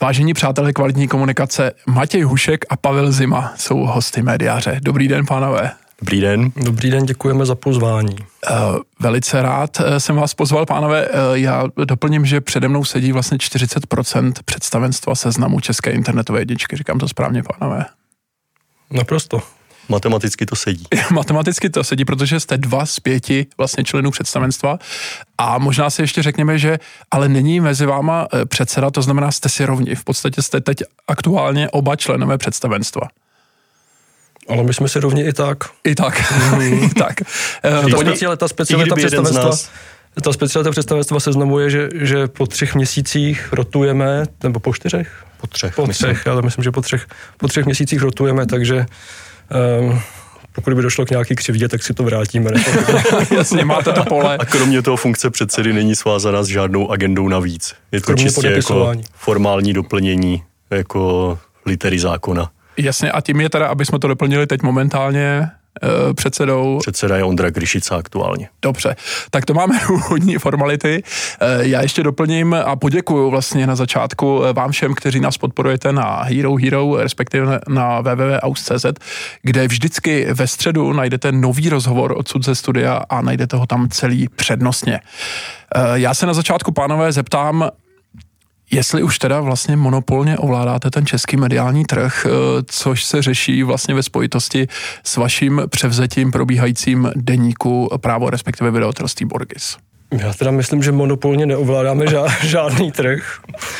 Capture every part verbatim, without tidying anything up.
Vážení přátelé kvalitní komunikace, Matěj Hušek a Pavel Zima jsou hosty Médiáře. Dobrý den, pánové. Dobrý den. Dobrý den, děkujeme za pozvání. Uh, velice rád jsem vás pozval, pánové. Uh, já doplním, že přede mnou sedí vlastně čtyřicet procent představenstva Seznamu České internetové jedničky. Říkám to správně, pánové? Naprosto. Matematicky to sedí. Matematicky to sedí, protože jste dva z pěti vlastně členů představenstva a možná si ještě řekněme, že ale není mezi váma předseda, to znamená, jste si rovni. V podstatě jste teď aktuálně oba členové představenstva. Ale my jsme si rovni i tak. I tak. I tak. Ta specialita, specialita představenstva, ta specialita představenstva seznamuje, že, že po třech měsících rotujeme, nebo po čtyřech? Po třech. Po myslím. třech, já myslím, že po třech, po třech měsících rotujeme, takže Um, pokud by došlo k nějaký křivdě, tak si to vrátíme. Jasně, máte to pole. A kromě toho funkce předsedy není svázaná s žádnou agendou navíc. Je to kromě čistě jako formální doplnění jako litery zákona. Jasně, a tím je teda, aby jsme to doplnili teď momentálně uh, předsedou. Předseda je Ondra Gryšica aktuálně. Dobře, tak to máme hodní formality. Uh, já ještě doplním a poděkuju vlastně na začátku vám všem, kteří nás podporujete na Hero Hero, respektive na w w w tečka aus tečka c z, kde vždycky ve středu najdete nový rozhovor odsud ze studia a najdete ho tam celý přednostně. Uh, já se na začátku, pánové, zeptám, jestli už teda vlastně monopolně ovládáte ten český mediální trh, což se řeší vlastně ve spojitosti s vaším převzetím probíhajícím deníku Právo, respektive vydavatelství Borgis. Já teda myslím, že monopolně neovládáme ža- žádný trh.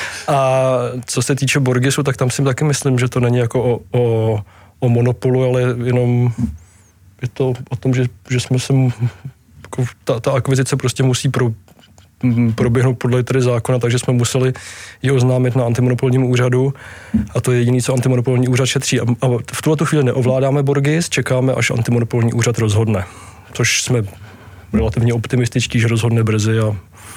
A co se týče Borgisu, tak tam si taky myslím, že to není jako o, o, o monopolu, ale jenom je to o tom, že, že jsme se, jako ta, ta akvizice prostě musí pro proběhnout podle litery zákona, takže jsme museli ji oznámit na antimonopolnímu úřadu a to je jediné, co antimonopolní úřad šetří. A, a v tuhle chvíli neovládáme Borgis, čekáme, až antimonopolní úřad rozhodne, což jsme relativně optimističtí, že rozhodne brzy a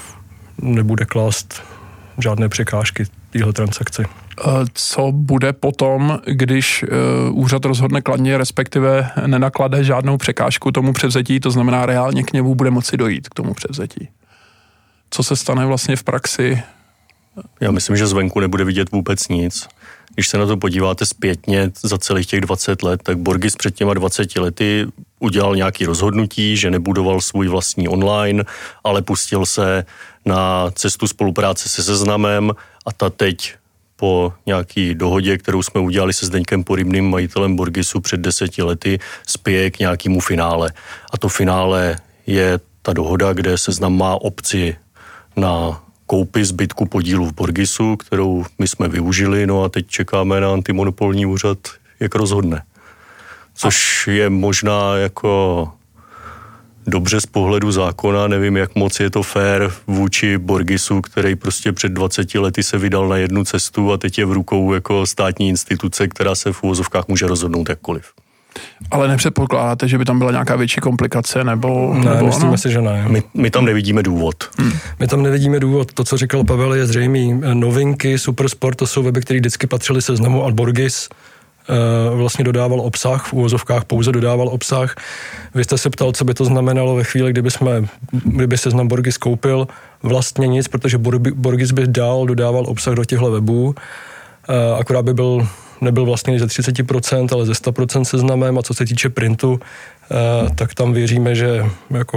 nebude klást žádné překážky téhle transakci. Co bude potom, když úřad rozhodne kladně, respektive nenaklade žádnou překážku tomu převzetí, to znamená reálně k němu bude moci dojít k tomu převzetí? Co se stane vlastně v praxi? Já myslím, že zvenku nebude vidět vůbec nic. Když se na to podíváte zpětně za celých těch dvacet let, tak Borgis před těma dvaceti lety udělal nějaké rozhodnutí, že nebudoval svůj vlastní online, ale pustil se na cestu spolupráce se Seznamem a ta teď po nějaký dohodě, kterou jsme udělali se Zdeňkem Porybným, majitelem Borgisu před deseti lety, spěje k nějakému finále. A to finále je ta dohoda, kde Seznam má opci na koupi zbytku podílu v Borgisu, kterou my jsme využili, no a teď čekáme na antimonopolní úřad, jak rozhodne. Což je možná jako dobře z pohledu zákona, nevím, jak moc je to fér vůči Borgisu, který prostě před dvaceti lety se vydal na jednu cestu a teď je v rukou jako státní instituce, která se v uvozovkách může rozhodnout jakkoliv. Ale nepředpokládáte, že by tam byla nějaká větší komplikace, nebo... Ne, nebo myslíme ano? si, že ne. My, my tam nevidíme důvod. Hmm. My tam nevidíme důvod. To, co říkal Pavel, je zřejmý. Novinky, Supersport, to jsou weby, které vždycky patřily Seznamu a Borgis e, vlastně dodával obsah, v uvozovkách pouze dodával obsah. Vy jste se ptal, co by to znamenalo ve chvíli, kdyby, jsme, kdyby Seznam Borgis koupil. Vlastně nic, protože Borgis by dál dodával obsah do těchto webů, e, akorát by byl nebyl vlastně ze třicet procent, ale ze sto procent Seznamem a co se týče printu, eh, tak tam věříme, že jako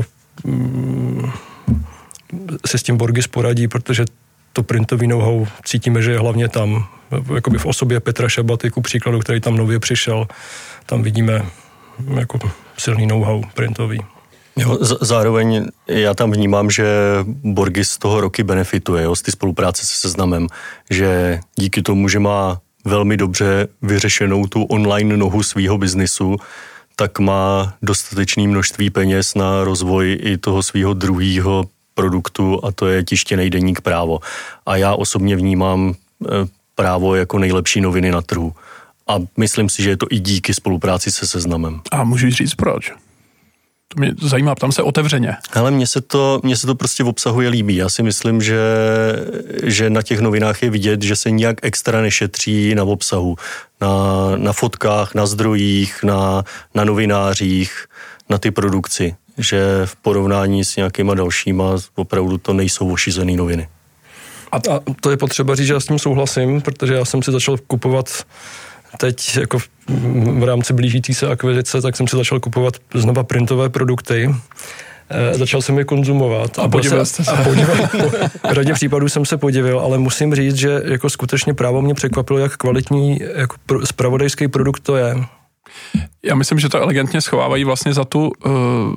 mm, se s tím Borgis poradí, protože to printový know-how cítíme, že je hlavně tam, jakoby v osobě Petra Šabaty, ku příkladu, který tam nově přišel, tam vidíme jako silný know-how printový. Jo, z- zároveň já tam vnímám, že Borgis z toho roky benefituje, jo, z ty spolupráce se Seznamem, že díky tomu, že má velmi dobře vyřešenou tu online nohu svýho biznisu, tak má dostatečné množství peněz na rozvoj i toho svýho druhého produktu a to je tištěný deník Právo. A já osobně vnímám Právo jako nejlepší noviny na trhu. A myslím si, že je to i díky spolupráci se Seznamem. A můžu říct proč? To mě zajímá, ptám se otevřeně. Ale mně se to, mně se to prostě v obsahuje líbí. Já si myslím, že, že na těch novinách je vidět, že se nijak extra nešetří na obsahu. Na, na fotkách, na zdrojích, na, na novinářích, na ty produkci. Že v porovnání s nějakýma dalšíma opravdu to nejsou ošizený noviny. A to je potřeba říct, že já s tím souhlasím, protože já jsem si začal kupovat teď jako v, v rámci blížící se akvizice, tak jsem si začal kupovat znova printové produkty. E, začal jsem je konzumovat. A podíval jste se. A podíval, po, v řadě případů jsem se podivil, ale musím říct, že jako skutečně právo mě překvapilo, jak kvalitní jako pro, zpravodajský produkt to je. Já myslím, že to elegantně schovávají vlastně za tu uh,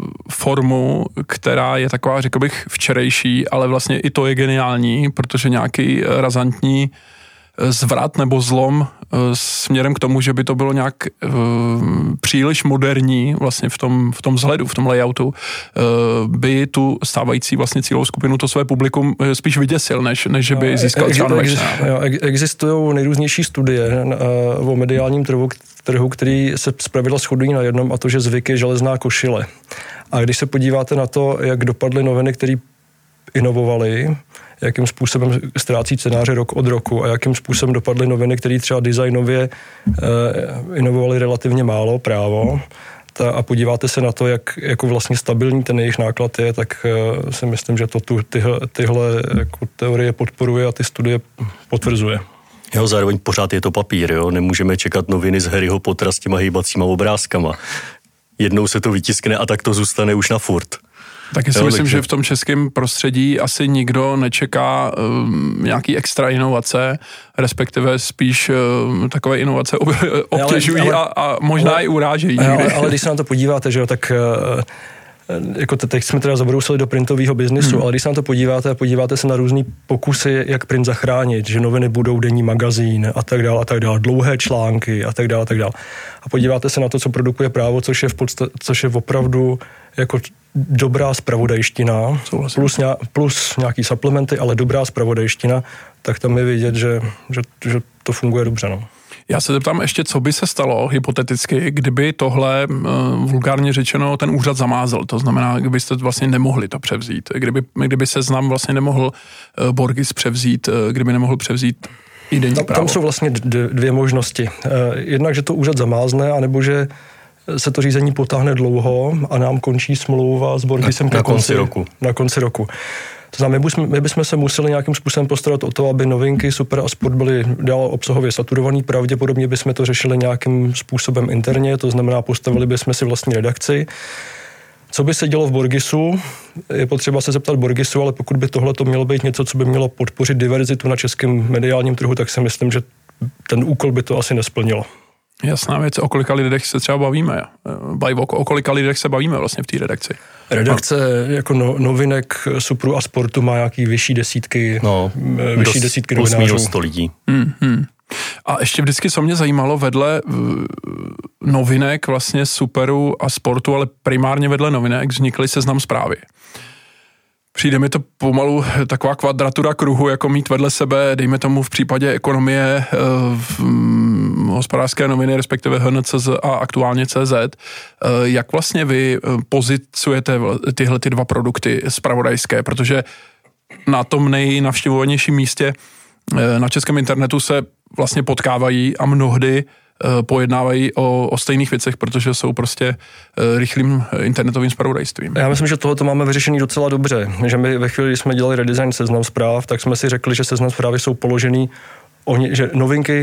formu, která je taková, řekl bych, včerejší, ale vlastně i to je geniální, protože nějaký razantní zvrat nebo zlom směrem k tomu, že by to bylo nějak uh, příliš moderní vlastně v tom, v tom vzhledu, v tom layoutu, uh, by tu stávající vlastně cílovou skupinu, to své publikum spíš vyděsil, než, než že by získal třeba nové čtenáře. Existují nejrůznější studie uh, o mediálním trhu, trhu, který se zpravidla shodují na jednom, a to, že zvyk je železná košile. A když se podíváte na to, jak dopadly noviny, které inovovaly, jakým způsobem ztrácí cenáře rok od roku a jakým způsobem dopadly noviny, které třeba designově eh, inovovaly relativně málo právo, ta, a podíváte se na to, jak jako vlastně stabilní ten jejich náklad je, tak eh, si myslím, že to tu, tyhle, tyhle jako teorie podporuje a ty studie potvrzuje. Jo, zároveň pořád je to papír, jo? Nemůžeme čekat noviny z Harryho Pottera s těma hejbacíma obrázkama. Jednou se to vytiskne a tak to zůstane už na furt. Taky si jo, myslím, takže... že v tom českém prostředí asi nikdo nečeká um, nějaký extra inovace, respektive spíš um, takové inovace ob, obtěžují ale, ale, a, a možná ale, i urážejí. Ale, ale, ale když se na to podíváte, že jo, tak uh, jako teď jsme teda zabrousili do printového biznisu, hmm. ale když se na to podíváte a podíváte se na různý pokusy, jak print zachránit, že noviny budou denní magazín a tak dále a tak dále, dlouhé články a tak dále a tak dále. A podíváte se na to, co produkuje právo, což je v podstatě, což je opravdu jako dobrá zpravodajština, plus, ně, plus nějaký suplementy, ale dobrá zpravodajština, tak tam je vidět, že, že, že to funguje dobře. No. Já se zeptám ještě, co by se stalo hypoteticky, kdyby tohle vulgárně řečeno ten úřad zamázl. To znamená, kdybyste vlastně nemohli to převzít. Kdyby, kdyby Seznam vlastně nemohl Borgis převzít, kdyby nemohl převzít i denní tam, právo. Tam jsou vlastně dvě možnosti. Jednak, že to úřad zamázne, anebo že se to řízení potáhne dlouho a nám končí smlouva s Borgisem na, na konci, konci roku. Na konci roku. To znamená, my bychom, my bychom se museli nějakým způsobem postarat o to, aby novinky Super a Sport byly dál obsahově saturovaný. Pravděpodobně bychom to řešili nějakým způsobem interně, to znamená, postavili bychom si vlastní redakci. Co by se dělo v Borgisu? Je potřeba se zeptat Borgisu, ale pokud by tohle to mělo být něco, co by mělo podpořit diverzitu na českém mediálním trhu, tak si myslím, že ten úkol by to asi nesplnilo. Jasná věc, o kolika lidech se třeba bavíme. Bajvok, o kolika lidech se bavíme vlastně v té redakci. Redakce a... jako no, novinek Supru a Sportu má nějaký vyšší desítky, no, vyšší dost, desítky plus novinářů. minus sto lidí. Hmm, hmm. A ještě vždycky, co mě zajímalo, vedle novinek vlastně Superu a Sportu, ale primárně vedle novinek vznikly Seznam Zprávy. Přijde mi to pomalu taková kvadratura kruhu, jako mít vedle sebe, dejme tomu v případě ekonomie, v, hm, hospodářské noviny, respektive H N C Z a aktuálně C Z. Jak vlastně vy pozicujete tyhle ty dva produkty zpravodajské, protože na tom nejnavštěvovanějším místě na českém internetu se vlastně potkávají a mnohdy pojednávají o, o stejných věcech, protože jsou prostě rychlým internetovým zpravodajstvím. Já myslím, že tohle máme vyřešený docela dobře. Že my ve chvíli, kdy jsme dělali redesign Seznam Zpráv, tak jsme si řekli, že Seznam Zprávy jsou položený, že novinky,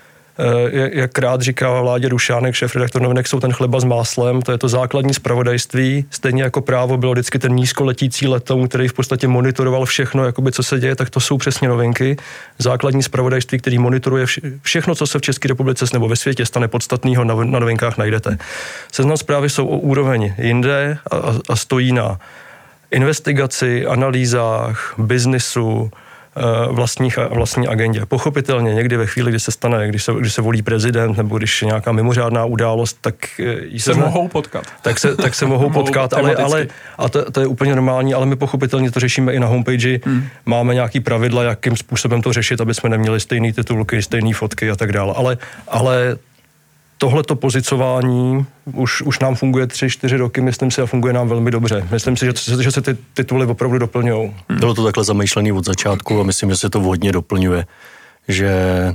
jak rád říká Vládě Dušánek, šéfredaktor novinek, jsou ten chleba s máslem, to je to základní zpravodajství, stejně jako Právo bylo vždycky ten nízkoletící letoun, který v podstatě monitoroval všechno, jakoby co se děje, tak to jsou přesně novinky. Základní zpravodajství, který monitoruje všechno, co se v České republice nebo ve světě stane podstatného, na novinkách najdete. Seznam Zprávy jsou o úroveň jinde a, a stojí na investigaci, analýzách, biznisu, vlastních, vlastní agendě. Pochopitelně někdy ve chvíli, kdy se stane, když se, když se volí prezident, nebo když je nějaká mimořádná událost, tak se, se mohou potkat. Tak se, tak se mohou potkat, ale, ale a to, to je úplně normální, ale my pochopitelně to řešíme i na homepage. Hmm. Máme nějaký pravidla, jakým způsobem to řešit, aby jsme neměli stejné titulky, stejné fotky a tak dále. Ale, ale tohleto pozicování už, už nám funguje tři, čtyři roky, myslím si, a funguje nám velmi dobře. Myslím si, že, že se ty tituly opravdu doplňují. Bylo to takhle zamýšlené od začátku a myslím, že se to hodně doplňuje. Že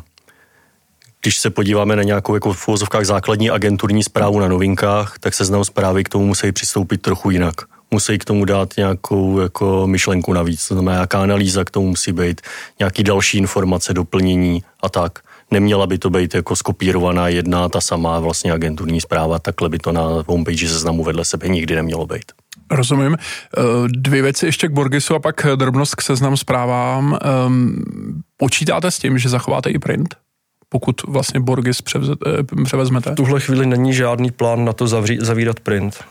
když se podíváme na nějakou jako v uvozovkách základní agenturní zprávu na novinkách, tak Seznam Zprávy k tomu musí přistoupit trochu jinak. musí k tomu dát nějakou jako myšlenku navíc, to znamená, jaká analýza k tomu musí být, nějaký další informace, doplnění a tak. Neměla by to být jako skopírovaná jedna ta samá vlastně agenturní zpráva, takhle by to na homepage Seznamu vedle sebe nikdy nemělo být. Rozumím. Dvě věci ještě k Borgisu a pak drobnost k Seznam zprávám. Počítáte s tím, že zachováte i print? Pokud vlastně Borgis převezmete? V tuhle chvíli není žádný plán na to zavří, zavírat print.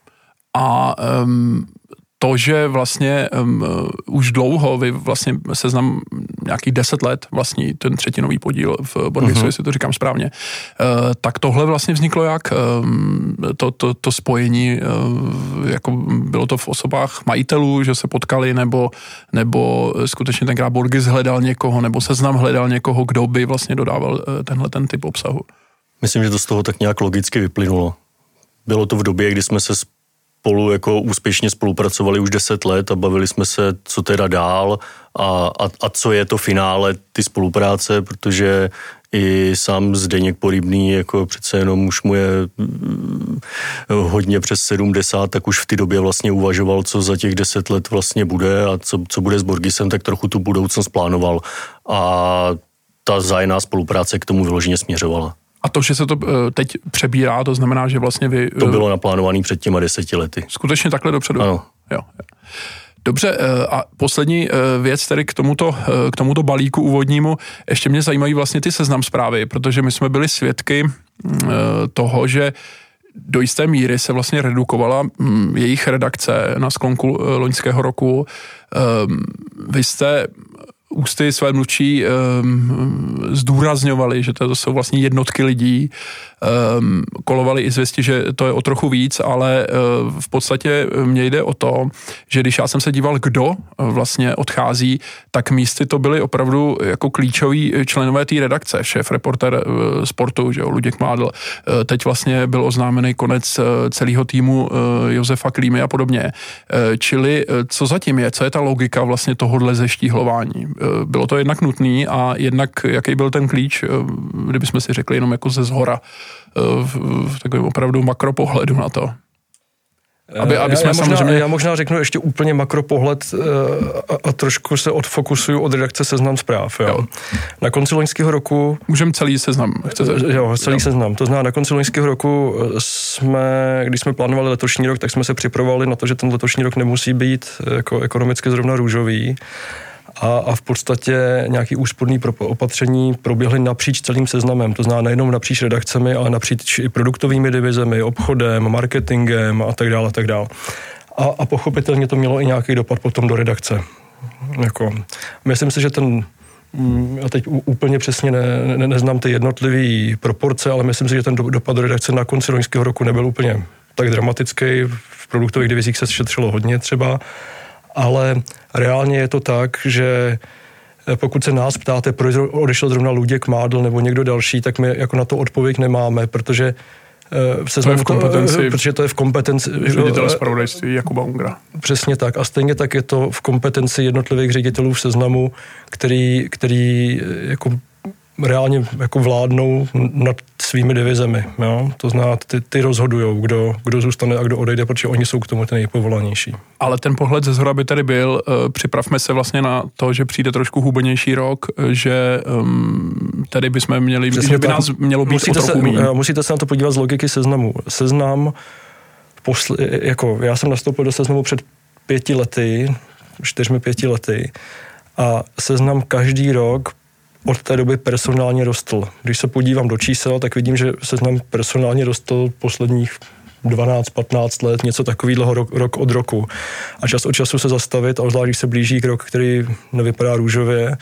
A um, to, že vlastně um, už dlouho, vy vlastně Seznam nějakých deset let vlastní ten třetinový podíl v Borgisu, uh-huh. jestli to říkám správně, uh, tak tohle vlastně vzniklo jak? Um, to, to, to spojení, uh, jako bylo to v osobách majitelů, že se potkali, nebo, nebo skutečně tenkrát Borgis hledal někoho, nebo Seznam hledal někoho, kdo by vlastně dodával uh, tenhle ten typ obsahu? Myslím, že to z toho tak nějak logicky vyplynulo. Bylo to v době, kdy jsme se spolu jako úspěšně spolupracovali už deset let a bavili jsme se, co teda dál a, a, a co je to finále ty spolupráce, protože i sám Zdeněk Porybný, jako přece jenom už mu je hodně přes sedmdesát, tak už v té době vlastně uvažoval, co za těch deset let vlastně bude a co, co bude s Borgisem, tak trochu tu budoucnost plánoval a ta vzájemná spolupráce k tomu vyloženě směřovala. A to, že se to teď přebírá, to znamená, že vlastně vy... To bylo naplánované před těma deseti lety. Skutečně takhle dopředu? Ano. Jo. Dobře, a poslední věc tedy k tomuto, k tomuto balíku úvodnímu. Ještě mě zajímají vlastně ty Seznam zprávy, protože my jsme byli svědky toho, že do jisté míry se vlastně redukovala jejich redakce na sklonku loňského roku. Vy jste ústy své mluvčí um, zdůrazňovali, že to jsou vlastně jednotky lidí, um, kolovali i zvěsti, že to je o trochu víc, ale uh, v podstatě mně jde o to, že když já jsem se díval, kdo uh, vlastně odchází, tak místy to byly opravdu jako klíčoví členové té redakce, šéf reporter uh, sportu, že jo, Luděk Mádl, uh, teď vlastně byl oznámený konec uh, celého týmu uh, Josefa Klímy a podobně. Uh, čili uh, co zatím je, co je ta logika vlastně tohohle zeštíhlování? Bylo to jednak nutný a jednak jaký byl ten klíč, kdybychom si řekli jenom jako ze zhora v, v takovém opravdu makropohledu na to. Aby, aby jsme já, možná, samozřejmě... já možná řeknu ještě úplně makropohled a, a trošku se odfokusuju od redakce Seznam zpráv. Jo. Jo. Na konci loňského roku... Můžeme celý Seznam, chcete? Jo, celý jo. Seznam. To znamená, na konci loňského roku jsme, když jsme plánovali letošní rok, tak jsme se připravovali na to, že ten letošní rok nemusí být jako ekonomicky zrovna růžový. A, a v podstatě nějaký úsporný opatření proběhly napříč celým Seznamem. To znamená nejenom napříč redakcemi, ale napříč i produktovými divizemi, obchodem, marketingem a tak dále, a tak dále. A, a pochopitelně to mělo i nějaký dopad potom do redakce. Jako, myslím si, že ten, já teď úplně přesně ne, ne, neznám ty jednotlivé proporce, ale myslím si, že ten dopad do redakce na konci loňského roku nebyl úplně tak dramatický. V produktových divizích se šetřilo hodně třeba, ale reálně je to tak, že pokud se nás ptáte, proč odešel zrovna Luděk Mádl nebo někdo další, tak my jako na to odpověď nemáme, protože se to je v kompetenci, protože to je v kompetenci ředitele zpravodajství Jakuba Ungra. Přesně tak. A stejně tak je to v kompetenci jednotlivých ředitelů v Seznamu, který, který jako reálně jako vládnou nad svými divizemi. Jo? To znamená, ty, ty rozhodujou, kdo, kdo zůstane a kdo odejde, protože oni jsou k tomu ten nejpovolanější. Ale ten pohled ze zhora by tady byl, uh, připravme se vlastně na to, že přijde trošku hubenější rok, že um, tady bychom měli, Přesně že by tak, nás mělo být o trochu míň. Musíte se na to podívat z logiky Seznamu. Seznam, posl, jako já jsem nastoupil do Seznamu před pěti lety, čtyřmi pěti lety a Seznam každý rok od té doby personálně rostl. Když se podívám do čísel, tak vidím, že Seznam personálně rostl posledních dvanáct patnáct let, něco takového rok, rok od roku. A čas od času se zastavit, a zvlášť, když se blíží k rok, který nevypadá růžově,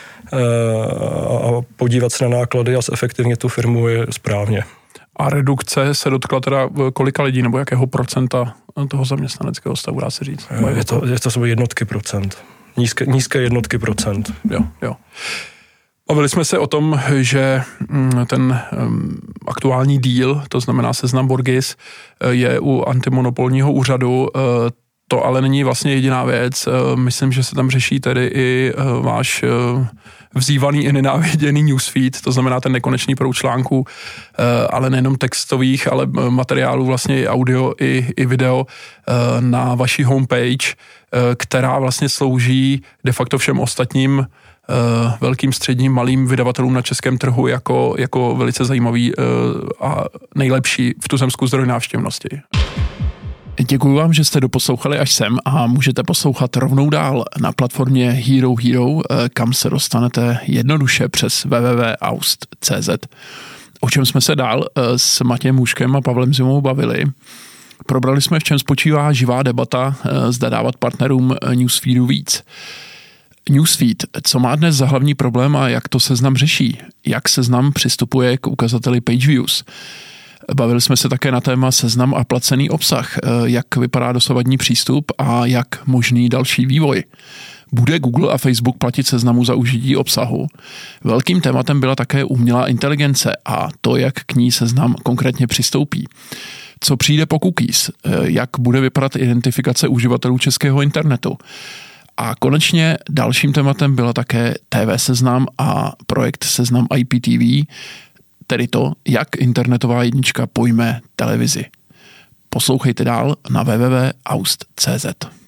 a podívat se na náklady a zefektivně tu firmu je správně. A redukce se dotkla teda kolika lidí, nebo jakého procenta toho zaměstnaneckého stavu, dá se říct? Je to, je to jsou jednotky procent. Nízké, nízké jednotky procent. Jo, jo. Bavili jsme se o tom, že ten aktuální díl, to znamená Seznam Borgis, je u antimonopolního úřadu. To ale není vlastně jediná věc. Myslím, že se tam řeší tedy i váš vzývaný i nenáviděný newsfeed, to znamená ten nekonečný proud článků, ale nejenom textových, ale materiálů vlastně i audio, i, i video na vaší homepage, která vlastně slouží de facto všem ostatním velkým, středním, malým vydavatelům na českém trhu jako, jako velice zajímavý a nejlepší v tuzemsku zdroj návštěvnosti. Děkuji vám, že jste doposlouchali až sem a můžete poslouchat rovnou dál na platformě Hero Hero, kam se dostanete jednoduše přes w w w tečka aust tečka c z. O čem jsme se dál s Matějem Hůškem a Pavlem Zimou bavili. Probrali jsme, v čem spočívá živá debata, zda dávat partnerům newsfeedu víc. Newsfeed, co má dnes za hlavní problém a jak to Seznam řeší? Jak Seznam přistupuje k ukazateli page views? Bavili jsme se také na téma Seznam a placený obsah, jak vypadá dosavadní přístup a jak možný další vývoj. Bude Google a Facebook platit Seznamu za užití obsahu? Velkým tématem byla také umělá inteligence a to, jak k ní Seznam konkrétně přistoupí. Co přijde po cookies? Jak bude vypadat identifikace uživatelů českého internetu? A konečně dalším tématem byla také T V Seznam a projekt Seznam I P T V, tedy to, jak internetová jednička pojme televizi. Poslouchejte dál na w w w tečka aust tečka c z.